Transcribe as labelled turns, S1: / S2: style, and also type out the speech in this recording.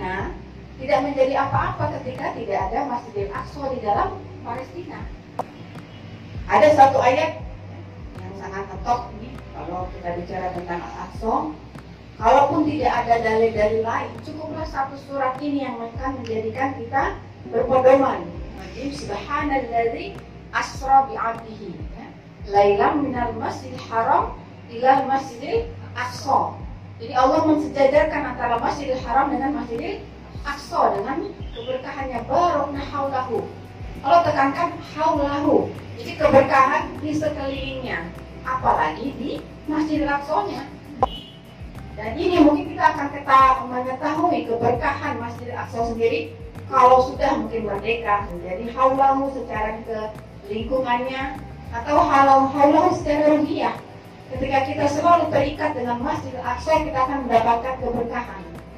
S1: Palestina tidak menjadi apa-apa ketika tidak ada Masjidil Aqsa di dalam Palestina. Ada satu ayat yang sangat ngetok ini kalau kita bicara tentang Al-Aqsa. Kalaupun tidak ada dalil-dalil lain, cukuplah satu surat ini yang akan menjadikan kita berpedoman. Subhanalladzi asra bi'abdihi lailam minal masjidil haram ila masjidil aqsa. Jadi Allah mensejajarkan antara Masjidil Haram dengan Masjidil Aqsa dengan keberkahannya, barakna haulahu. Allah tekankan haulahu, jadi keberkahan di sekelilingnya, apalagi di Masjidil Aqsa-nya. Dan ini mungkin kita akan mengetahui keberkahan Masjidil Aqsa sendiri kalau sudah mungkin merdeka, menjadi haulahu secara ke lingkungannya, atau haulahu secara ruhiyah. Ketika kita selalu terikat dengan Masjidil Aqsa, kita akan mendapatkan keberkahan.